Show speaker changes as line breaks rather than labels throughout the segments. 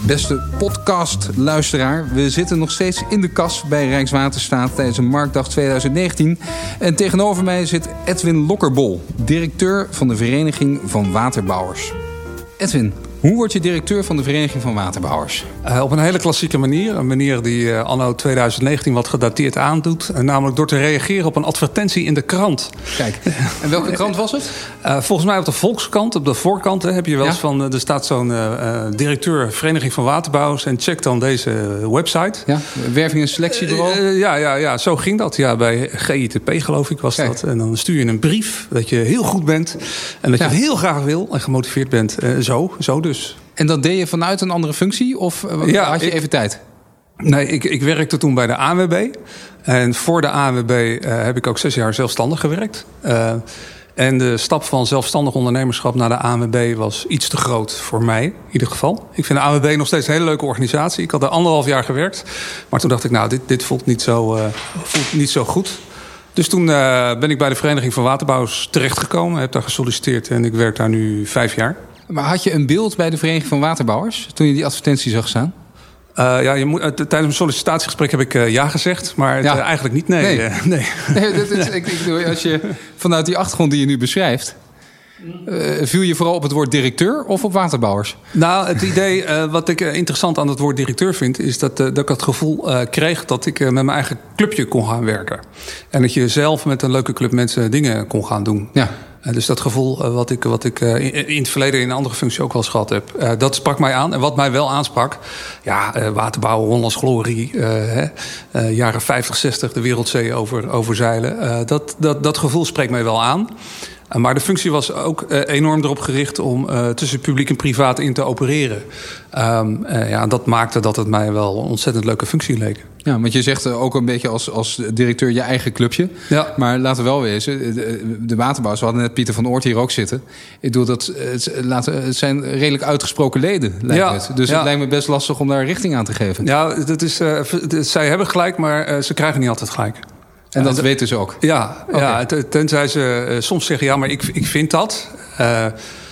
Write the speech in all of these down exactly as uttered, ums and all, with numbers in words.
Beste podcastluisteraar, we zitten nog steeds in de kas bij Rijkswaterstaat tijdens een Marktdag twintig negentien. En tegenover mij zit Edwin Lokkerbol, directeur van de Vereniging van Waterbouwers. Edwin, hoe word je directeur van de Vereniging van Waterbouwers?
Uh, op een hele klassieke manier. Een manier die uh, anno twintig negentien wat gedateerd aandoet. Uh, namelijk door te reageren op een advertentie in de krant.
Kijk, en welke krant was het?
Uh, volgens mij op de Volkskrant, op de voorkant, hè, heb je wel eens ja? van... Uh, er staat zo'n uh, directeur Vereniging van Waterbouwers en check dan deze website.
Ja, werving- en selectiebureau?
Uh, uh, ja, ja, ja, zo ging dat. Ja, bij G I T P geloof ik was Kijk. dat. En dan stuur je een brief dat je heel goed bent. En dat ja. je het heel graag wil en gemotiveerd bent. Uh, zo, zo dus.
En dat deed je vanuit een andere functie? Of ja, had je ik, even tijd?
Nee, ik, ik werkte toen bij de A N W B. En voor de A N W B uh, heb ik ook zes jaar zelfstandig gewerkt. Uh, en de stap van zelfstandig ondernemerschap naar de A N W B was iets te groot voor mij, in ieder geval. Ik vind de A N W B nog steeds een hele leuke organisatie. Ik had er anderhalf jaar gewerkt. Maar toen dacht ik, nou, dit, dit voelt, niet zo, uh, voelt niet zo goed. Dus toen uh, ben ik bij de Vereniging van Waterbouwers terechtgekomen. Heb daar gesolliciteerd en ik werk daar nu vijf jaar.
Maar had je een beeld bij de Vereniging van Waterbouwers toen je die advertentie zag staan?
Uh, ja, je moet, uh, tijdens mijn sollicitatiegesprek heb ik uh, ja gezegd, maar ja. uh, eigenlijk niet. Nee. nee. Uh, nee.
nee dat is, ik, ik, als je vanuit die achtergrond die je nu beschrijft, uh, viel je vooral op het woord directeur of op waterbouwers?
Nou, het idee uh, wat ik uh, interessant aan het woord directeur vind, is dat, uh, dat ik het gevoel uh, kreeg dat ik uh, met mijn eigen clubje kon gaan werken. En dat je zelf met een leuke club mensen dingen kon gaan doen. Ja. Uh, dus dat gevoel uh, wat ik, wat ik uh, in, in het verleden in een andere functie ook wel eens gehad heb. Uh, dat sprak mij aan. En wat mij wel aansprak, ja, uh, waterbouwen, Hollands glorie, uh, hè, uh, jaren vijftig, zestig, de wereldzee over, overzeilen. Uh, dat, dat, dat gevoel spreekt mij wel aan. Uh, maar de functie was ook uh, enorm erop gericht om uh, tussen publiek en privaat in te opereren. Um, uh, ja, dat maakte dat het mij wel een ontzettend leuke functie leek.
Ja, want je zegt ook een beetje als, als directeur je eigen clubje. Ja. Maar laten we wel wezen, de, de waterbouwers, we hadden net Pieter van Oort hier ook zitten. Ik bedoel, dat, het, laten, het zijn redelijk uitgesproken leden, lijkt ja. het. Dus ja. het lijkt me best lastig om daar richting aan te geven.
Ja, dat is, uh, zij hebben gelijk, maar uh, ze krijgen niet altijd gelijk.
En dat uh, weten ze ook?
Ja, okay. ja tenzij ze uh, soms zeggen, ja, maar ik, ik vind dat... Uh,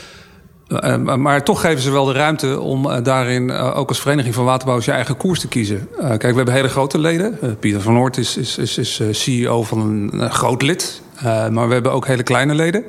Uh, maar toch geven ze wel de ruimte om uh, daarin uh, ook als Vereniging van Waterbouwers je eigen koers te kiezen. Uh, kijk, we hebben hele grote leden. Uh, Pieter van Oort is, is, is, is C E O van een, een groot lid. Uh, maar we hebben ook hele kleine leden.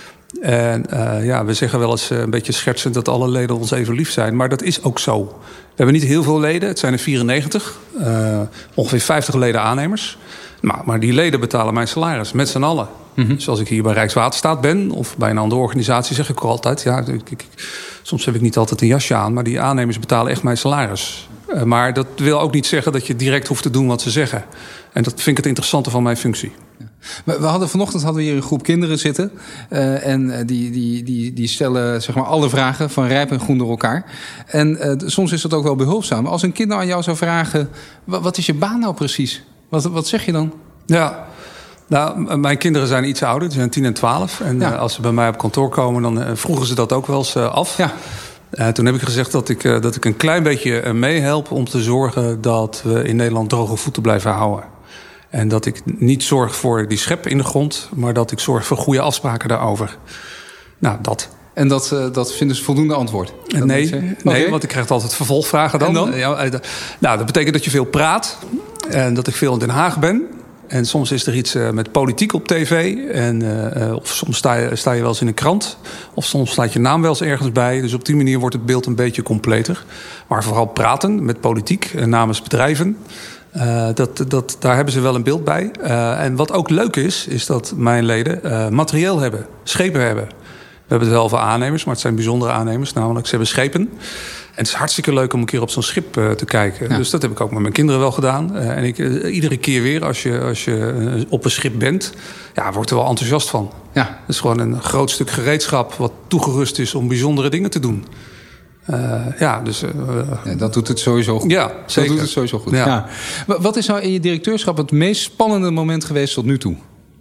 En uh, ja, we zeggen wel eens uh, een beetje schertsend dat alle leden ons even lief zijn. Maar dat is ook zo. We hebben niet heel veel leden. Het zijn er vierennegentig. Uh, ongeveer vijftig leden aannemers. Maar, maar die leden betalen mijn salaris, met z'n allen. Mm-hmm. Dus als ik hier bij Rijkswaterstaat ben of bij een andere organisatie, zeg ik altijd... ja, ik, ik, soms heb ik niet altijd een jasje aan, maar die aannemers betalen echt mijn salaris. Uh, maar dat wil ook niet zeggen dat je direct hoeft te doen wat ze zeggen. En dat vind ik het interessante van mijn functie.
Ja. We hadden vanochtend hadden we hier een groep kinderen zitten. Uh, en die, die, die, die stellen zeg maar alle vragen van rijp en groen door elkaar. En uh, soms is dat ook wel behulpzaam. Als een kind nou aan jou zou vragen, wat is je baan nou precies? Wat, wat zeg je dan?
Ja, nou, mijn kinderen zijn iets ouder. Die zijn tien en twaalf. En ja. uh, als ze bij mij op kantoor komen, dan uh, vroegen ze dat ook wel eens uh, af. Ja. Uh, toen heb ik gezegd dat ik, uh, dat ik een klein beetje uh, meehelp om te zorgen dat we in Nederland droge voeten blijven houden. En dat ik niet zorg voor die schep in de grond, maar dat ik zorg voor goede afspraken daarover. Nou, dat.
En dat, uh, dat vinden ze voldoende antwoord?
Dat nee, nee okay. Want ik krijg altijd vervolgvragen dan.
En dan?
Ja, uh, nou, dat betekent dat je veel praat en dat ik veel in Den Haag ben. En soms is er iets uh, met politiek op tv. En, uh, of soms sta je, sta je wel eens in een krant. Of soms staat je naam wel eens ergens bij. Dus op die manier wordt het beeld een beetje completer. Maar vooral praten met politiek uh, namens bedrijven. Uh, dat, dat, daar hebben ze wel een beeld bij. Uh, en wat ook leuk is, is dat mijn leden uh, materieel hebben. Schepen hebben. We hebben het wel over aannemers, maar het zijn bijzondere aannemers. Namelijk, ze hebben schepen. En het is hartstikke leuk om een keer op zo'n schip uh, te kijken. Ja. Dus dat heb ik ook met mijn kinderen wel gedaan. Uh, en ik, uh, iedere keer weer, als je, als je uh, op een schip bent... ja, word er wel enthousiast van. Ja. Het is gewoon een groot stuk gereedschap... wat toegerust is om bijzondere dingen te doen. Uh, ja, dus... Uh,
ja, dat doet het sowieso goed.
Ja, zeker.
Dat doet het sowieso goed. Ja. Ja. Wat is nou in je directeurschap het meest spannende moment geweest tot nu toe?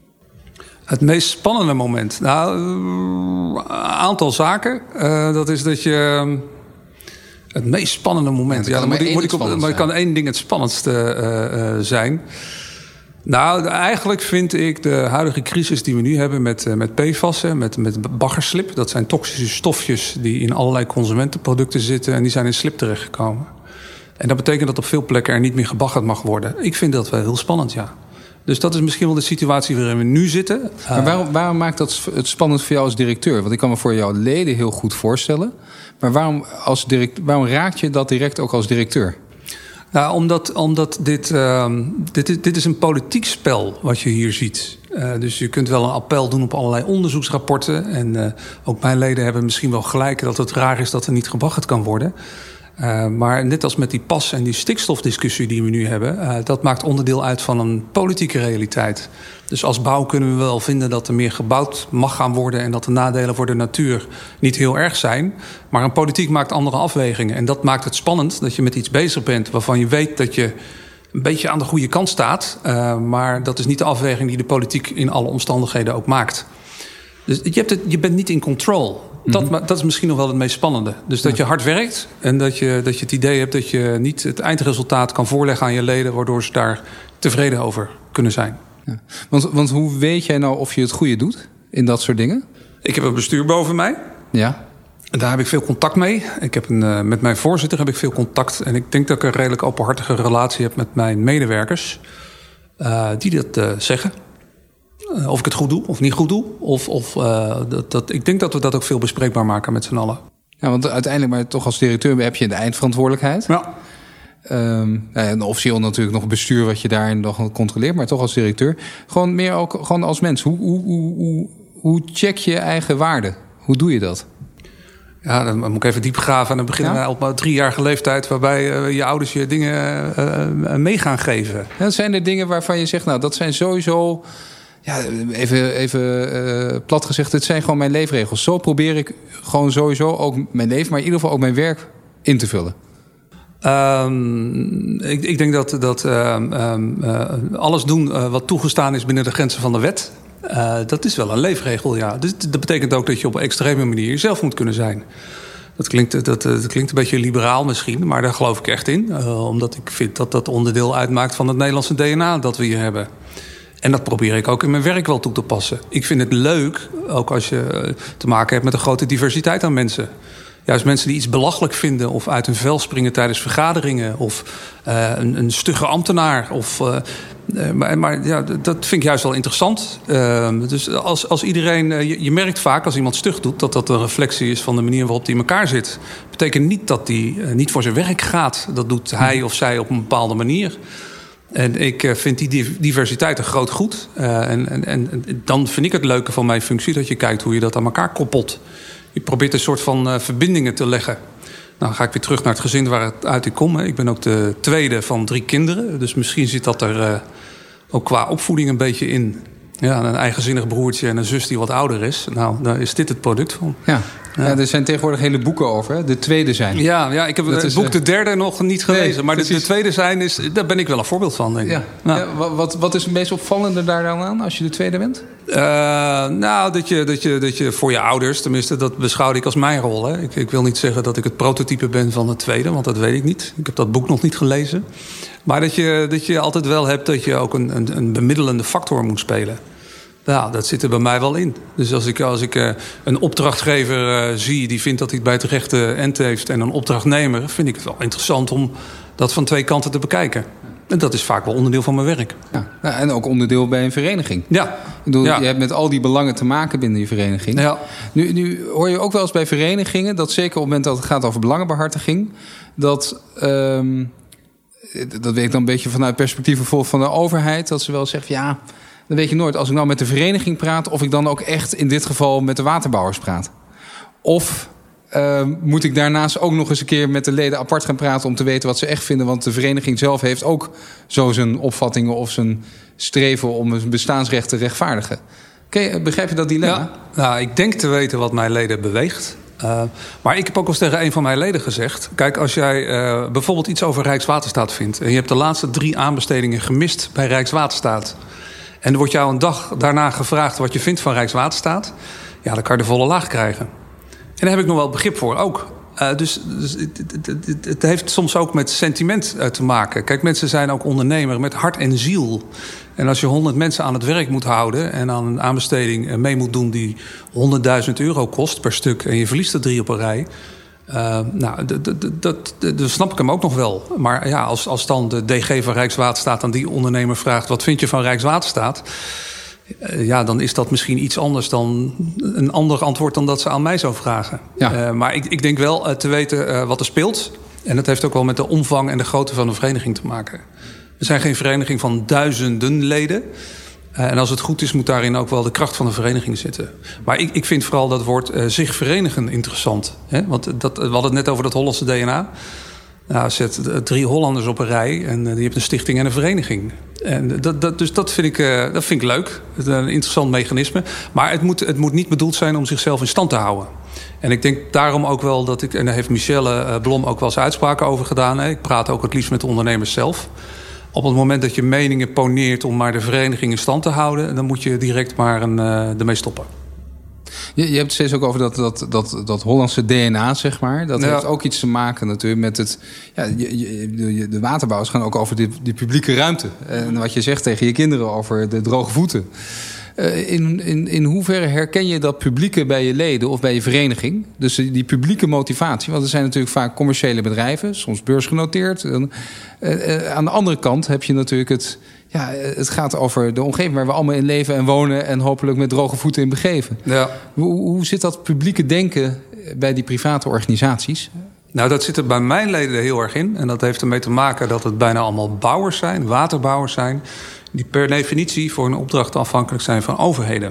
Het meest spannende moment? Nou, een aantal zaken. Uh, dat is dat je... Het meest spannende moment. Ja,
ja, dan moet ik, moet ik
op, maar kan één ding het spannendste uh, uh, zijn. Nou, eigenlijk vind ik de huidige crisis die we nu hebben met, uh, met P F A S'en, met, met baggerslip. Dat zijn toxische stofjes die in allerlei consumentenproducten zitten en die zijn in slip terechtgekomen. En dat betekent dat op veel plekken er niet meer gebaggerd mag worden. Ik vind dat wel heel spannend, ja. Dus dat is misschien wel de situatie waarin we nu zitten.
Maar waarom, waarom maakt dat het spannend voor jou als directeur? Want ik kan me voor jouw leden heel goed voorstellen. Maar waarom, als direct, waarom raakt je dat direct ook als directeur?
Nou, omdat, omdat dit, uh, dit, is, dit is een politiek spel wat je hier ziet. Uh, dus je kunt wel een appel doen op allerlei onderzoeksrapporten. En uh, ook mijn leden hebben misschien wel gelijk dat het raar is dat er niet gebaggerd kan worden. Uh, maar net als met die pas- en die stikstofdiscussie die we nu hebben, Uh, dat maakt onderdeel uit van een politieke realiteit. Dus als bouw kunnen we wel vinden dat er meer gebouwd mag gaan worden en dat de nadelen voor de natuur niet heel erg zijn. Maar een politiek maakt andere afwegingen. En dat maakt het spannend dat je met iets bezig bent waarvan je weet dat je een beetje aan de goede kant staat. Uh, maar dat is niet de afweging die de politiek in alle omstandigheden ook maakt. Dus je, hebt het, je bent niet in control. Dat, mm-hmm. dat is misschien nog wel het meest spannende. Dus dat je hard werkt en dat je, dat je het idee hebt dat je niet het eindresultaat kan voorleggen aan je leden, waardoor ze daar tevreden over kunnen zijn.
Ja. Want, want hoe weet jij nou of je het goede doet in dat soort dingen?
Ik heb een bestuur boven mij.
Ja.
En daar heb ik veel contact mee. Ik heb een, uh, met mijn voorzitter heb ik veel contact. En ik denk dat ik een redelijk openhartige relatie heb met mijn medewerkers. Uh, die dat uh, zeggen. Uh, of ik het goed doe of niet goed doe. Of, of, uh, dat, dat, ik denk dat we dat ook veel bespreekbaar maken met z'n allen.
Ja, want uiteindelijk, maar toch als directeur heb je de eindverantwoordelijkheid. Ja. Um, en officieel natuurlijk nog bestuur wat je daarin nog controleert, maar toch als directeur. Gewoon meer ook gewoon als mens. Hoe, hoe, hoe, hoe, hoe check je je eigen waarde? Hoe doe je dat?
Ja, dan moet ik even diep graven. En dan beginnen ja? we op een driejarige leeftijd, waarbij uh, je ouders je dingen uh, uh, mee gaan geven.
Ja, zijn er dingen waarvan je zegt, nou, dat zijn sowieso, ja, even, even uh, plat gezegd, het zijn gewoon mijn leefregels. Zo probeer ik gewoon sowieso ook mijn leven, maar in ieder geval ook mijn werk in te vullen.
Um, ik, ik denk dat, dat um, uh, alles doen uh, wat toegestaan is binnen de grenzen van de wet, Uh, dat is wel een leefregel, ja. Dus dat betekent ook dat je op een extreme manier jezelf moet kunnen zijn. Dat klinkt, dat, dat klinkt een beetje liberaal misschien, maar daar geloof ik echt in. Uh, omdat ik vind dat dat onderdeel uitmaakt van het Nederlandse D N A dat we hier hebben. En dat probeer ik ook in mijn werk wel toe te passen. Ik vind het leuk, ook als je te maken hebt met een grote diversiteit aan mensen. Juist mensen die iets belachelijk vinden of uit hun vel springen tijdens vergaderingen, of uh, een, een stugge ambtenaar. Of, uh, uh, maar maar ja, dat vind ik juist wel interessant. Uh, dus als, als iedereen, uh, je, je merkt vaak als iemand stug doet dat dat een reflectie is van de manier waarop die in elkaar zit. Dat betekent niet dat die uh, niet voor zijn werk gaat. Dat doet hij of zij op een bepaalde manier. En ik uh, vind die diversiteit een groot goed. Uh, en, en, en dan vind ik het leuke van mijn functie dat je kijkt hoe je dat aan elkaar koppelt. Je probeert een soort van uh, verbindingen te leggen. Nou, dan ga ik weer terug naar het gezin waaruit ik kom. Hè. Ik ben ook de tweede van drie kinderen. Dus misschien zit dat er uh, ook qua opvoeding een beetje in. Ja, een eigenzinnig broertje en een zus die wat ouder is. Nou, daar is dit het product van.
Ja, ja. Ja, er zijn tegenwoordig hele boeken over. Hè? De tweede zijn.
Ja, ja, ik heb dat het boek De Derde nog niet gelezen. Nee, maar de, de tweede zijn, is, daar ben ik wel een voorbeeld van, denk ik.
Ja. Ja. Ja, wat, wat is het meest opvallende daar dan aan als je de tweede bent?
Uh, nou, dat je, dat, je, dat je voor je ouders, tenminste, dat beschouwde ik als mijn rol. Hè. Ik, ik wil niet zeggen dat ik het prototype ben van de tweede, want dat weet ik niet. Ik heb dat boek nog niet gelezen. Maar dat je, dat je altijd wel hebt dat je ook een, een, een bemiddelende factor moet spelen. Nou, dat zit er bij mij wel in. Dus als ik, als ik uh, een opdrachtgever uh, zie die vindt dat hij het bij het rechte eind heeft en een opdrachtnemer, vind ik het wel interessant om dat van twee kanten te bekijken. En dat is vaak wel onderdeel van mijn werk.
Ja, en ook onderdeel bij een vereniging.
Ja.
Ik bedoel, ja. Je hebt met al die belangen te maken binnen je vereniging.
Ja.
Nu, nu hoor je ook wel eens bij verenigingen dat zeker op het moment dat het gaat over belangenbehartiging, dat, um, dat weet ik dan een beetje vanuit perspectief van de overheid, dat ze wel zeggen, ja, dan weet je nooit, als ik nou met de vereniging praat, of ik dan ook echt in dit geval met de waterbouwers praat. Of uh, moet ik daarnaast ook nog eens een keer met de leden apart gaan praten om te weten wat ze echt vinden. Want de vereniging zelf heeft ook zo zijn opvattingen of zijn streven om een bestaansrecht te rechtvaardigen. Okay, begrijp je dat dilemma?
Ja, nou, ik denk te weten wat mijn leden beweegt. Uh, maar ik heb ook wel eens tegen een van mijn leden gezegd, kijk, als jij uh, bijvoorbeeld iets over Rijkswaterstaat vindt en je hebt de laatste drie aanbestedingen gemist bij Rijkswaterstaat, en er wordt jou een dag daarna gevraagd wat je vindt van Rijkswaterstaat, ja, dan kan je de volle laag krijgen. En daar heb ik nog wel begrip voor ook. Uh, dus dus het, het, het, het heeft soms ook met sentiment uh, te maken. Kijk, mensen zijn ook ondernemer met hart en ziel. En als je honderd mensen aan het werk moet houden en aan een aanbesteding mee moet doen die honderdduizend euro kost per stuk en je verliest er drie op een rij. Uh, nou, dat snap ik hem ook nog wel. Maar ja, als, als dan de D G van Rijkswaterstaat aan die ondernemer vraagt: wat vind je van Rijkswaterstaat? Uh, ja, dan is dat misschien iets anders dan een ander antwoord dan dat ze aan mij zou vragen. Ja. Uh, maar ik, ik denk wel uh, te weten uh, wat er speelt. En dat heeft ook wel met de omvang en de grootte van een vereniging te maken. We zijn geen vereniging van duizenden leden. Uh, en als het goed is, moet daarin ook wel de kracht van de vereniging zitten. Maar ik, ik vind vooral dat woord uh, zich verenigen interessant. Hè? Want dat, we hadden het net over dat Hollandse D N A. Nou, zet drie Hollanders op een rij en uh, je hebt een stichting en een vereniging. En dat, dat, dus dat vind, ik, uh, dat vind ik leuk. Het is een interessant mechanisme. Maar het moet, het moet niet bedoeld zijn om zichzelf in stand te houden. En ik denk daarom ook wel dat ik... en daar heeft Michelle uh, Blom ook wel eens uitspraken over gedaan. Hè? Ik praat ook het liefst met de ondernemers zelf. Op het moment dat je meningen poneert om maar de vereniging in stand te houden, dan moet je direct maar een, uh, ermee stoppen.
Je, je hebt het steeds ook over dat, dat, dat, dat Hollandse D N A, zeg maar. Dat ja. heeft ook iets te maken natuurlijk met het... Ja, je, je, de waterbouwers gaan ook over de, de publieke ruimte. En wat je zegt tegen je kinderen over de droge voeten. Uh, in, in, in hoeverre herken je dat publieke bij je leden of bij je vereniging? Dus die publieke motivatie. Want er zijn natuurlijk vaak commerciële bedrijven, soms beursgenoteerd. Uh, uh, aan de andere kant heb je natuurlijk het... Ja, het gaat over de omgeving waar we allemaal in leven en wonen en hopelijk met droge voeten in begeven. Ja. Hoe, hoe zit dat publieke denken bij die private organisaties?
Nou, dat zit er bij mijn leden heel erg in. En dat heeft ermee te maken dat het bijna allemaal bouwers zijn, waterbouwers zijn, die per definitie voor een opdracht afhankelijk zijn van overheden.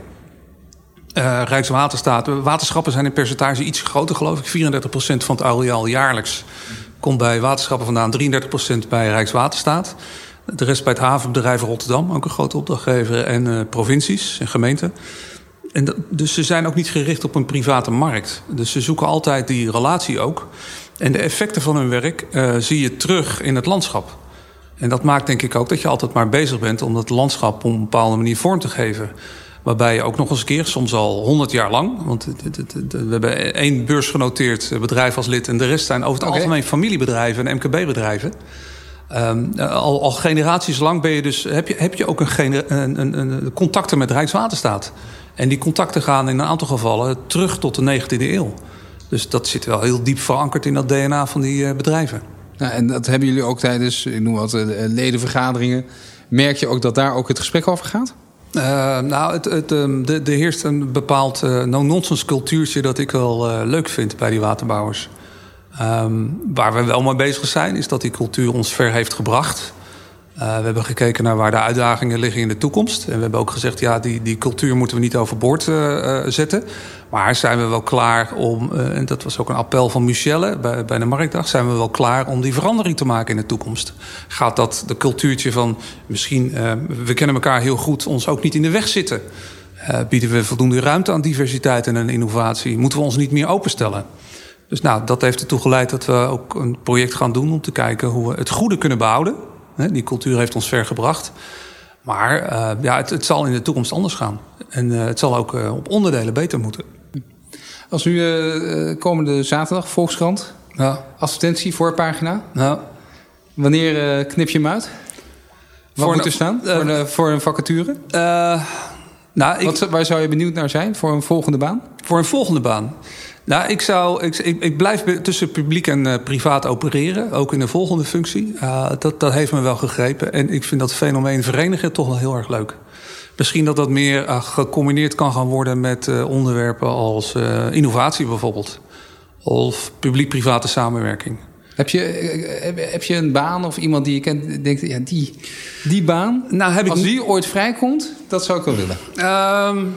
Uh, Rijkswaterstaat, waterschappen zijn in percentage iets groter, geloof ik. vierendertig procent van het areaal jaarlijks komt bij waterschappen vandaan, drieëndertig procent bij Rijkswaterstaat. De rest bij het havenbedrijf Rotterdam, ook een grote opdrachtgever, en uh, provincies en gemeenten. En dat, dus ze zijn ook niet gericht op een private markt. Dus ze zoeken altijd die relatie ook. En de effecten van hun werk uh, zie je terug in het landschap. En dat maakt denk ik ook dat je altijd maar bezig bent om dat landschap op een bepaalde manier vorm te geven. Waarbij je ook nog eens een keer, soms al honderd jaar lang... want we hebben één beursgenoteerd bedrijf als lid en de rest zijn over het okay. algemeen familiebedrijven en M K B-bedrijven. Um, al, al generaties lang ben je dus, heb, je, heb je ook een, een, een, een contacten met Rijkswaterstaat. En die contacten gaan in een aantal gevallen terug tot de negentiende eeuw. Dus dat zit wel heel diep verankerd in dat D N A van die uh, bedrijven.
Ja, en dat hebben jullie ook tijdens, ik noem wat, ledenvergaderingen. Merk je ook dat daar ook het gesprek over gaat?
Uh, nou, het, het, um, de, de heerst een bepaald uh, no-nonsense cultuurtje dat ik wel uh, leuk vind bij die waterbouwers. Um, waar we wel mee bezig zijn, is dat die cultuur ons ver heeft gebracht. Uh, we hebben gekeken naar waar de uitdagingen liggen in de toekomst. En we hebben ook gezegd, ja, die, die cultuur moeten we niet overboord uh, zetten. Maar zijn we wel klaar om, uh, en dat was ook een appel van Michelle bij, bij de Marktdag, zijn we wel klaar om die verandering te maken in de toekomst? Gaat dat de cultuurtje van misschien, uh, we kennen elkaar heel goed, ons ook niet in de weg zitten? Uh, bieden we voldoende ruimte aan diversiteit en innovatie? Moeten we ons niet meer openstellen? Dus nou, dat heeft ertoe geleid dat we ook een project gaan doen om te kijken hoe we het goede kunnen behouden. Die cultuur heeft ons ver gebracht. Maar uh, ja, het, het zal in de toekomst anders gaan. En uh, het zal ook uh, op onderdelen beter moeten.
Als u uh, komende zaterdag, Volkskrant, ja. advertentie, voorpagina. Ja. Wanneer uh, knip je hem uit? Wat voor moet er staan uh, voor, een, voor een vacature? Uh, nou, ik, Wat, waar zou je benieuwd naar zijn voor een volgende baan?
Voor een volgende baan? Nou, ik, zou, ik, ik, ik blijf tussen publiek en uh, privaat opereren. Ook in de volgende functie. Uh, dat, dat heeft me wel gegrepen. En ik vind dat fenomeen verenigen toch wel heel erg leuk. Misschien dat dat meer uh, gecombineerd kan gaan worden met uh, onderwerpen als uh, innovatie bijvoorbeeld. Of publiek-private samenwerking.
Heb je, heb je een baan of iemand die je kent, denkt, ja, die, die baan, nou, heb ik als die ooit vrijkomt, dat zou ik wel willen.
Um,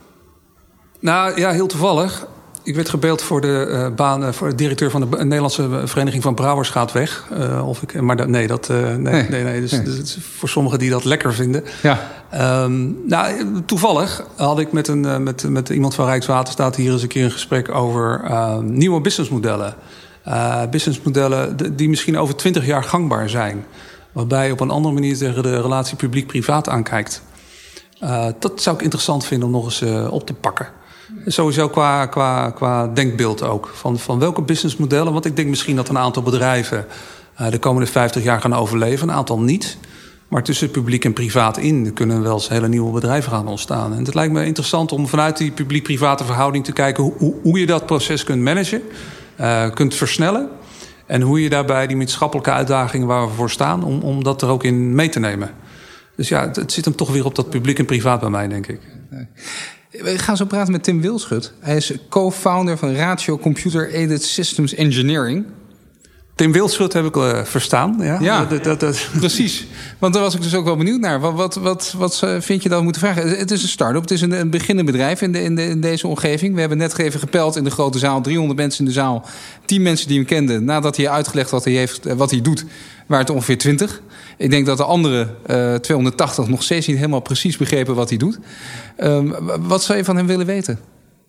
nou ja, heel toevallig. Ik werd gebeld voor de uh, baan uh, voor de directeur van de Nederlandse Vereniging van Brouwers gaat weg. Uh, of ik, maar dat, nee, dat, uh, nee, nee. nee, nee. Dus, nee. Dus voor sommigen die dat lekker vinden. Ja. Um, nou, toevallig had ik met, een, uh, met, met iemand van Rijkswaterstaat hier eens een keer een gesprek over uh, nieuwe businessmodellen. Uh, businessmodellen die misschien over twintig jaar gangbaar zijn. Waarbij je op een andere manier tegen de relatie publiek-privaat aankijkt. Uh, dat zou ik interessant vinden om nog eens uh, op te pakken. Sowieso qua, qua, qua denkbeeld ook. Van, van welke businessmodellen. Want ik denk misschien dat een aantal bedrijven uh, de komende vijftig jaar gaan overleven. Een aantal niet. Maar tussen publiek en privaat in kunnen wel eens hele nieuwe bedrijven gaan ontstaan. En het lijkt me interessant om vanuit die publiek-private verhouding te kijken hoe, hoe je dat proces kunt managen, uh, kunt versnellen. En hoe je daarbij die maatschappelijke uitdagingen waar we voor staan, om, om dat er ook in mee te nemen. Dus ja, het, het zit hem toch weer op dat publiek en privaat bij mij, denk ik.
We gaan zo praten met Tim Wilschut. Hij is co-founder van Ratio Computer Aided Systems Engineering.
Tim Wilschut heb ik uh, verstaan. Ja,
ja
dat, dat, dat.
Precies. Want daar was ik dus ook wel benieuwd naar. Wat, wat, wat, wat vind je dat we moeten vragen? Het is een start-up, het is een, een beginnend bedrijf in, de, in, de, in deze omgeving. We hebben net even gepeld in de grote zaal. driehonderd mensen in de zaal. tien mensen die hem kenden. Nadat hij uitgelegd wat hij, heeft, wat hij doet, waren het ongeveer twintig. Ik denk dat de andere uh, tweehonderdtachtig nog steeds niet helemaal precies begrepen wat hij doet. Um, wat zou je van hem willen weten?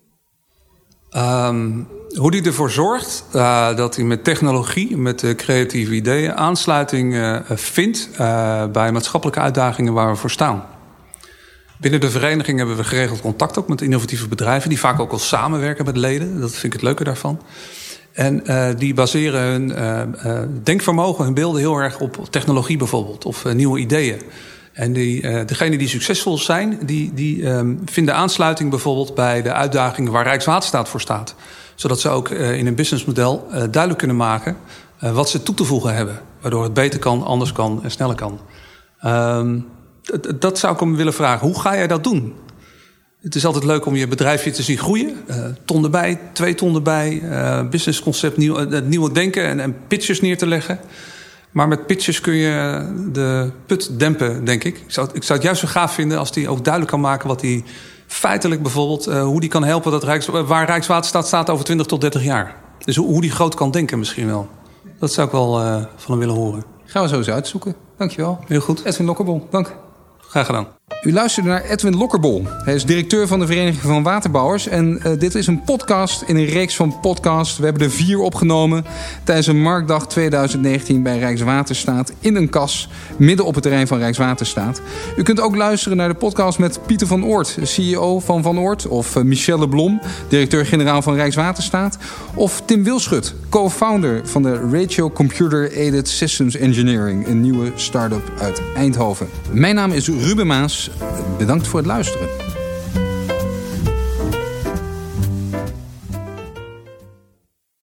Um, hoe hij ervoor zorgt uh, dat hij met technologie, met uh, creatieve ideeën, aansluiting uh, vindt uh, bij maatschappelijke uitdagingen waar we voor staan. Binnen de vereniging hebben we geregeld contact ook met innovatieve bedrijven, die vaak ook al samenwerken met leden. Dat vind ik het leuke daarvan. En uh, die baseren hun uh, uh, denkvermogen, hun beelden heel erg op technologie bijvoorbeeld, of uh, nieuwe ideeën. En die, uh, degenen die succesvol zijn, die, die um, vinden aansluiting bijvoorbeeld bij de uitdagingen waar Rijkswaterstaat voor staat. Zodat ze ook uh, in een businessmodel uh, duidelijk kunnen maken uh, wat ze toe te voegen hebben. Waardoor het beter kan, anders kan en sneller kan. Um, d- dat zou ik hem willen vragen. Hoe ga jij dat doen? Het is altijd leuk om je bedrijfje te zien groeien. Uh, ton erbij, twee ton erbij. Uh, businessconcept, nieuw, uh, nieuwe denken en, en pitches neer te leggen. Maar met pitches kun je de put dempen, denk ik. Ik zou, ik zou het juist zo gaaf vinden als hij ook duidelijk kan maken wat hij feitelijk bijvoorbeeld, uh, hoe die kan helpen dat Rijks, waar Rijkswaterstaat staat over twintig tot dertig jaar. Dus hoe, hoe die groot kan denken misschien wel. Dat zou ik wel uh, van hem willen horen.
Gaan we zo eens uitzoeken. Dankjewel.
Heel goed.
Edwin Lokkerbol, dank.
Graag gedaan.
U luisterde naar Edwin Lokkerbol. Hij is directeur van de Vereniging van Waterbouwers. En uh, dit is een podcast in een reeks van podcasts. We hebben er vier opgenomen tijdens een Marktdag twintig negentien bij Rijkswaterstaat in een kas midden op het terrein van Rijkswaterstaat. U kunt ook luisteren naar de podcast met Pieter van Oort, C E O van Van Oort, of uh, Michelle Blom, directeur-generaal van Rijkswaterstaat, of Tim Wilschut, co-founder van de Ratio Computer Aided Systems Engineering, een nieuwe start-up uit Eindhoven. Mijn naam is Ruben Maas. Bedankt voor het luisteren.